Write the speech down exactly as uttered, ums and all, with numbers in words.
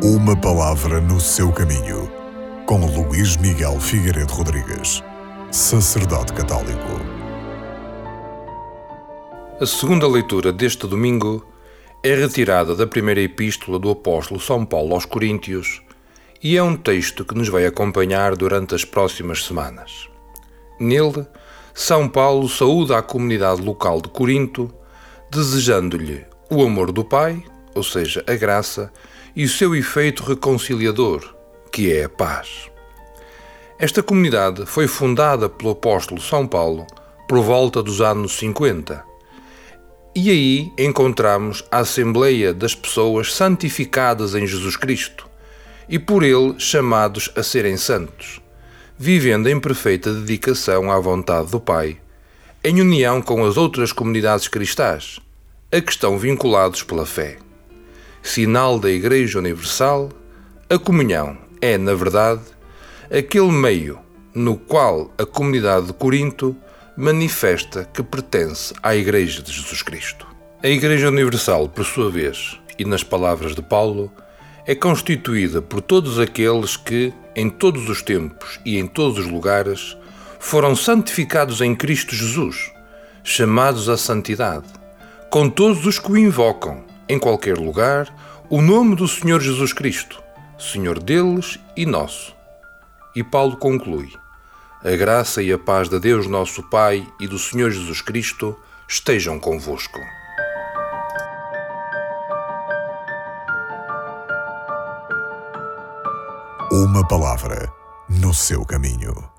Uma palavra no seu caminho, com Luís Miguel Figueiredo Rodrigues, sacerdote católico. A segunda leitura deste domingo é retirada da primeira epístola do apóstolo São Paulo aos Coríntios e é um texto que nos vai acompanhar durante as próximas semanas. Nele, São Paulo saúda a comunidade local de Corinto, desejando-lhe o amor do Pai, ou seja, a graça, e o seu efeito reconciliador, que é a paz. Esta comunidade foi fundada pelo apóstolo São Paulo por volta dos anos cinquenta. E aí encontramos a Assembleia das pessoas santificadas em Jesus Cristo e por ele chamados a serem santos, vivendo em perfeita dedicação à vontade do Pai, em união com as outras comunidades cristãs, a que estão vinculados pela fé. Sinal da Igreja Universal, a comunhão é, na verdade, aquele meio no qual a comunidade de Corinto manifesta que pertence à Igreja de Jesus Cristo. A Igreja Universal, por sua vez, e nas palavras de Paulo, é constituída por todos aqueles que, em todos os tempos e em todos os lugares, foram santificados em Cristo Jesus, chamados à santidade, com todos os que o invocam, em qualquer lugar, o nome do Senhor Jesus Cristo, Senhor deles e nosso. E Paulo conclui: a graça e a paz de Deus nosso Pai e do Senhor Jesus Cristo estejam convosco. Uma palavra no seu caminho.